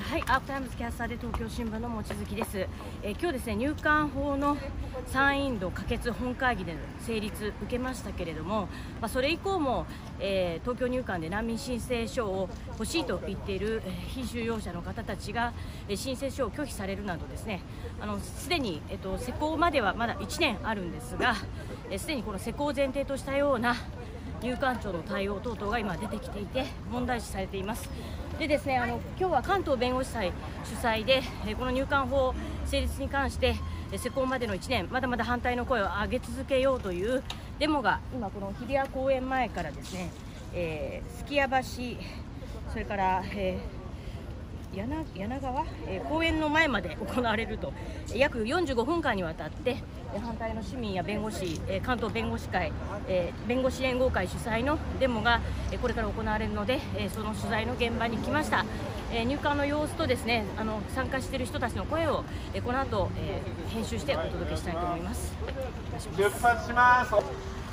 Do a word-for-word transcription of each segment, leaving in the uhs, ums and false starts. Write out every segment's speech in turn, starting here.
はい、アークタイムズキャスターで東京新聞の望月です。えー、今日ですね、入管法の参院度可決本会議での成立受けましたけれども、まあ、それ以降も、えー、東京入管で難民申請書を欲しいと言っている、えー、被収容者の方たちが、えー、申請書を拒否されるなどですね、あのすでに、えー、と施行まではまだいちねんあるんですが、す、えー、で、にこの施行を前提としたような入管庁の対応等々が今出てきていて問題視されています。でですね、あの今日は関東弁護士会主催で、えこの入管法成立に関して施行までのいちねんまだまだ反対の声を上げ続けようというデモが今この日比谷公園前からですね、えー、すきや橋、それから、えー柳, 柳川、えー、公園の前まで行われると、約よんじゅうごふんかんにわたって反対の市民や弁護士、えー、関東弁護士会、えー、弁護士連合会主催のデモが、えー、これから行われるので、えー、その取材の現場に来ました。えー、入管の様子とですね、あの参加している人たちの声を、えー、この後、えー、編集してお届けしたいと思います。 出発します。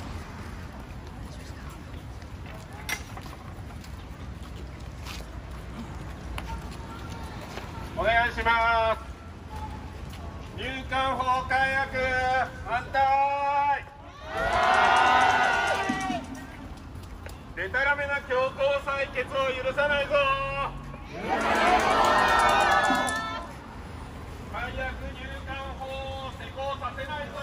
お願いします。入管法改悪反対。でたらめな強行採決を許さないぞ。改悪入管法を施行させないぞ。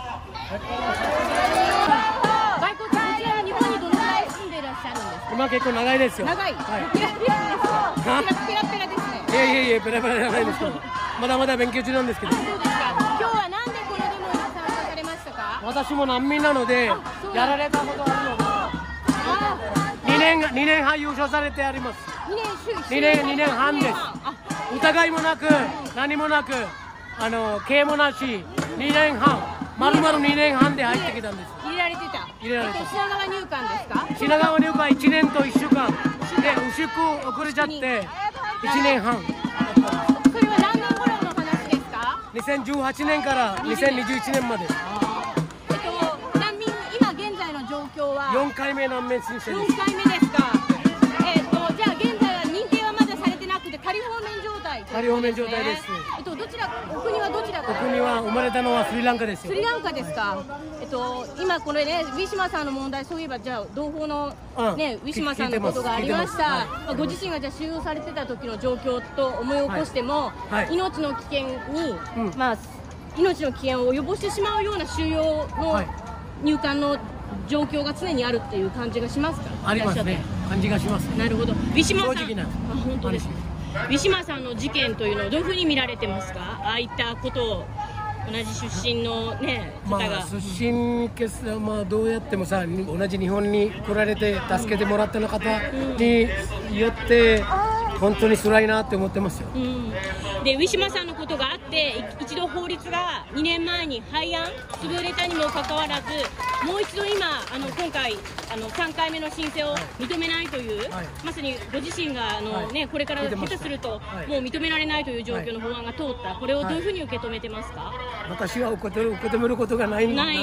外国こちら日本にどのくらい住んでいらっしゃるんですか。 今結構長いですよ。 長い。はい。ペラペラです。ペラペラですね。 いやいやいや、ペラペラじゃないですけど、まだまだ勉強中なんですけど。 そうですか。今日はなんでこのデモに参加されましたか。 私も難民なのでやられたことあるので、にねんにねんはん優勝されてあります。 にねんにねんにねんはんです。疑いもなく何もなく、あの刑もなしにねんはん、まるまるにねんはんで入ってきたんです。 入れられてた。 入れられた。 品川入管ですか。 品川入管いちねんといっしゅうかんで牛久遅れちゃっていちねんはん。 それは何年頃の話ですか。 にせんじゅうはちねんからにせんにじゅういちねんまで。 えっと難民今現在の状況はよんかいめ難民申請です。 よんかいめですか。えっとじゃあ現在は認定はまだされてなくて仮放免状態、ね、 仮放免状態です。 えっとどちら、お国はどちらか。 お国は生まれたのはスリランカですよ。 スリランカですか。えっと今これね、ウィシュマさんの問題、そういえばじゃあ同胞のね、うん、ウィシュマさんのことがありました。はい、まあ、ご自身がじゃあ収容されてた時の状況と思い起こしても、はいはい、命の危険に、うん、まあ命の危険を及ぼしてしまうような収容の入管の状況が常にあるっていう感じがしますか。 ありますね。感じがします。 なるほど。ウィシュマさん、 正直な。 あ、本当ですね。ウィシュマさんの事件というのをどういうふうに見られてますか。ああいったことを同じ出身のね方が、 まあ、出身決済、まあどうやってもさ、同じ日本に来られて助けてもらったの方によって本当に辛いなって思ってますよ。 うん、でウィシュマさんのことがあって一度法律がにねんまえに廃案潰れたにもかかわらず、もう一度今あの今回あのさんかいめの申請を認めないという、はい、まさにご自身があの、はい、ね、これから下手すると、はい、もう認められないという状況の法案が通った、これをどういうふうに受け止めてますか。はい、 私は受け止めることがないんだって、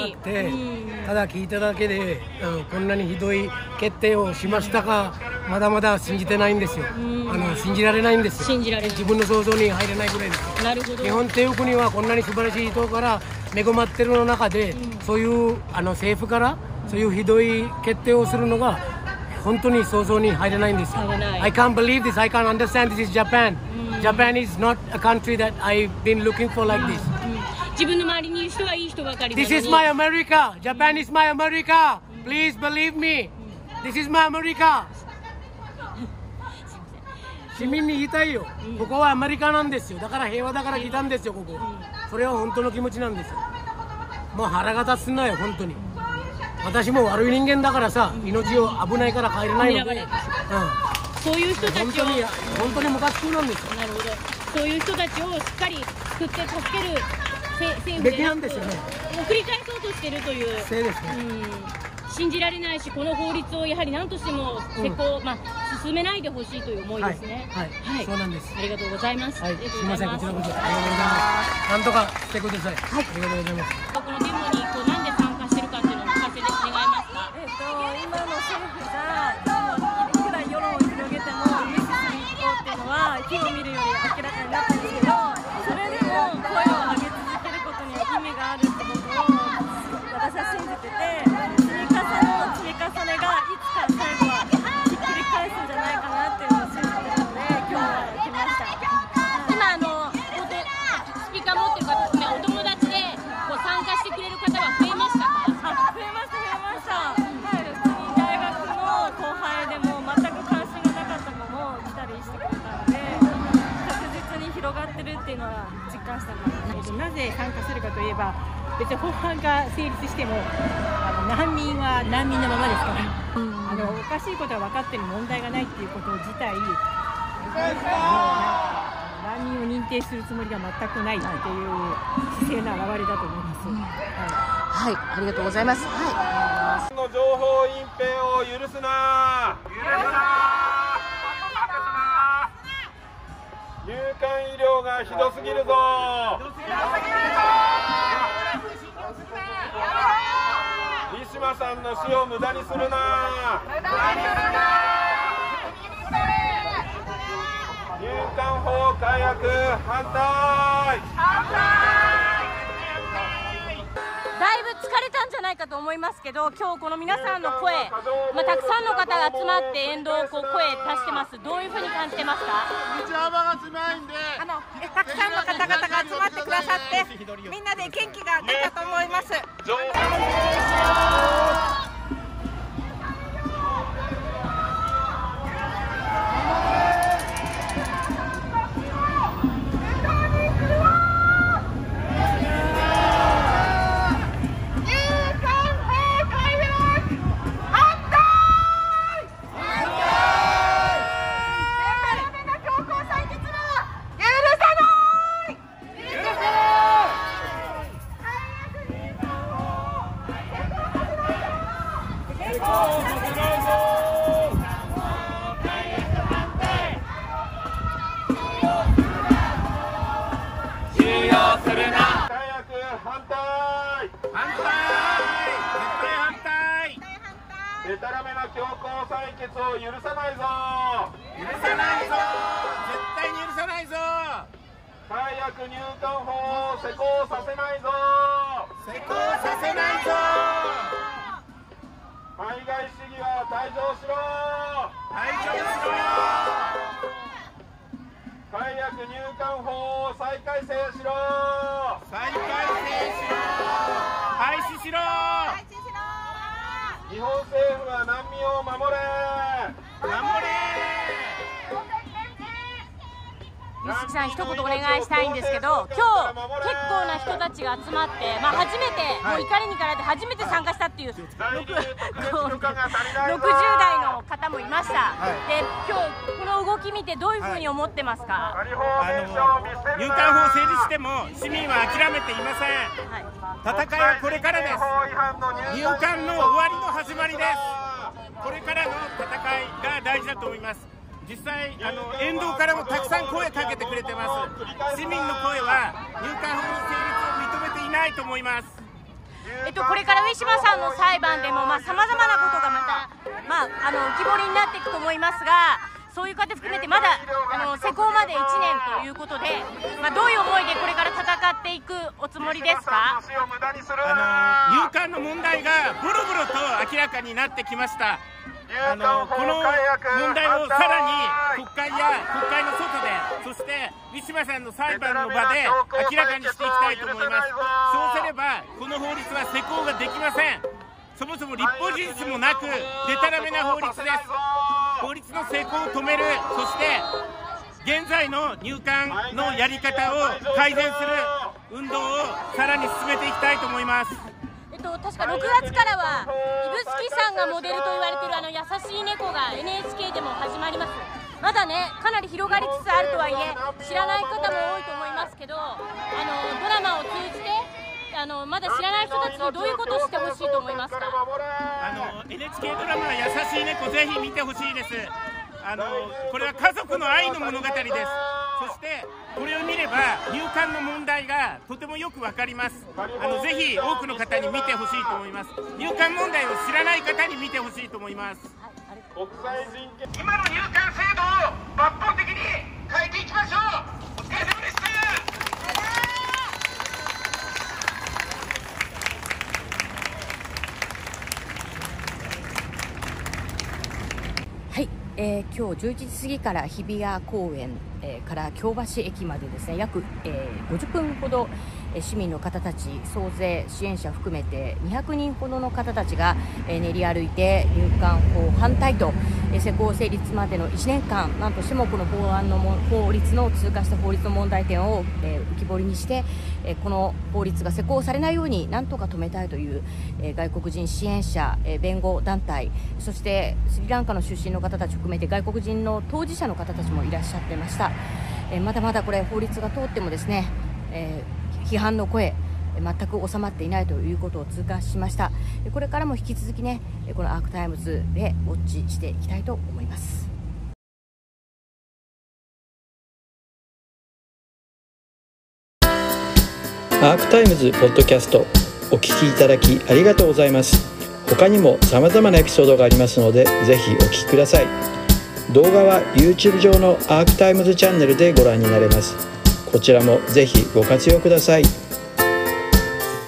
ただ聞いただけで、うん、こんなにひどい決定をしましたが、まだまだ信じてないんですよ。あの信じられないんですよ。 信じられない。 自分の想像に入れないぐらいです。 なるほど。 日本という国はこんなに素晴らしい人から恵まってるの中で、うん、そういうあの政府からそういうひどい決定をするのが本当に想像に入れないんですよ。I can't believe this. I can't understand. This is Japan. Japan is not a country that I've been looking for like this. 自分の周りにいる人はいい人ばかりなのに。 This is my America. Japan is my America. Please believe me. This is my America. 市民に言いたいよ。ここはアメリカなんですよ。だから平和だから来たんですよ、ここ。それは本当の気持ちなんですよ。もう腹が立つなよ、本当に。私も悪い人間だからさ、命を危ないから帰れないので、うん、 そういう人たちを本当に本当にムカつくなんですよ。 なるほど。そういう人たちをしっかり救って助ける政府べきなんですよね。 繰り返そうとしているという。 せいですね。 うん、信じられないし、この法律をやはり何としても施行、うん、まあ進めないでほしいという思いですね。 はい、はいはい、そうなんです。 ありがとうございます。 はい、すみません、こちらこそありがとうございます。なんとかしてください。はい、ありがとうございます。 このデモにこうなんで参加してるかっていうのをお聞かせで願いますか。 えっと今の政府がいくら世論を広げても無視する一方っていうのは結木を見るより明らかになったんですけど、それでも声を上げ続けることには意味があるってことを私は信じてて、積み重ねの積み重ねがいつか最後はひっくり返すんじゃないかなっていうのを信じてるので、今日は来ました。 今あのスピーカー持ってる方ですね、お友達でこう参加してくれる方は増えましたか？ あ、増えました増えました。はい、普通に大学の後輩でも全く関心がなかった子も来たりしてくれたので、確実に広がってるっていうのは実感したので。 なぜ参加するかといえば、別に法案が成立してもあの難民は難民のままですから、あのおかしいことは分かってる問題がないっていうこと自体、難民を認定するつもりが全くないっていう姿勢の表れだと思います。 はい、ありがとうございます。はの情報隠蔽を許すな。許すな。入管医療がひどすぎるぞ。ウィシュマさんの死を無駄にするな。入管法改悪反対。 だいぶ疲れたんじゃないかと思いますけど、今日この皆さんの声、まあ、たくさんの方が集まって沿道をこう声出してます。どういうふうに感じてますか？ 道幅が狭いんで、 あのたくさんの方々が集まってくださって、みんなで元気が出たと思います。 でたらめな強行採決を許さないぞ。 許さないぞ。絶対に許さないぞ。 解約入管法を施行させないぞ。 施行させないぞ。 排外主義は退場しろ。 退場しろよ。 解約入管法を再改正しろ。 再改正しろ。廃止しろ。 日本政府は難民を守れ。 守れ。 ゆすきさん、一言お願いしたいんですけど、今日結構な人たちが集まって、まあ、初めて、もう怒りにかられて初めて参加したっていうろくじゅう代の方もいました、はい、で今日この動き見てどういうふうに思ってますか？ はい、あの入管法成立しても市民は諦めていません、はい、戦いはこれからです。入管の終わりの始まりです。これからの戦いが大事だと思います。実際あの沿道からもたくさん声かけてくれてます。市民の声は入管法の成立を認めていないと思います。 えっと、これからウィシュマさんの裁判でもさまざ、まなことがまた、まあ、あの浮き彫りになっていくと思いますが、そういう方含めてまだあの施行までいちねんということで、まあ、どういう思いでこれから戦っていくおつもりですか？ あの入管の問題がボロボロと明らかになってきました。あのこの問題をさらに国会や国会の外で、そしてウィシュマさんの裁判の場で明らかにしていきたいと思います。そうすればこの法律は施行ができません。そもそも立法事実もなくデタラメな法律です。法律の施行を止める、そして現在の入管のやり方を改善する運動をさらに進めていきたいと思います。 えっと、確かろくがつからは指宿さんがモデルと言われているあの優しい猫が エヌエイチケー でも始まります。まだね、かなり広がりつつあるとはいえ知らない方も多いと思いますけど、あのドラマを通じてあのまだ知らない人たちにどういうことをしてほしいと思いますか？ あの エヌエイチケー ドラマ「優しい猫」ぜひ見てほしいです。あのこれは家族の愛の物語です。そしてこれを見れば入管の問題がとてもよくわかります。あのぜひ多くの方に見てほしいと思います。入管問題を知らない方に見てほしいと思います。 国際人権今の入管制度を抜本的に変えていきえー、今日じゅういちじ過ぎから日比谷公園、えー、から京橋駅までですね、約、えー、ごじゅっぷんほど、えー、市民の方たち、総勢支援者含めてにひゃくにんほどの方たちが、えー、練り歩いて入管法反対と、えー、施行成立までのいちねんかん、なんとしてもこの法案のも法律の通過した法律の問題点を、えー、浮き彫りにして、えー、この法律が施行されないようになんとか止めたいという、えー、外国人支援者、えー、弁護団体、そしてスリランカの出身の方たち含めて外国人の当事者の方たちもいらっしゃってました。えー、まだまだこれ法律が通ってもですね、えー、批判の声全く収まっていないということを痛感しました。これからも引き続きね、このアークタイムズでウォッチしていきたいと思います。 アークタイムズポッドキャストお聞きいただきありがとうございます。他にも様々なエピソードがありますので、ぜひお聞きください。動画は YouTube 上のアークタイムズチャンネルでご覧になれます。こちらもぜひご活用ください。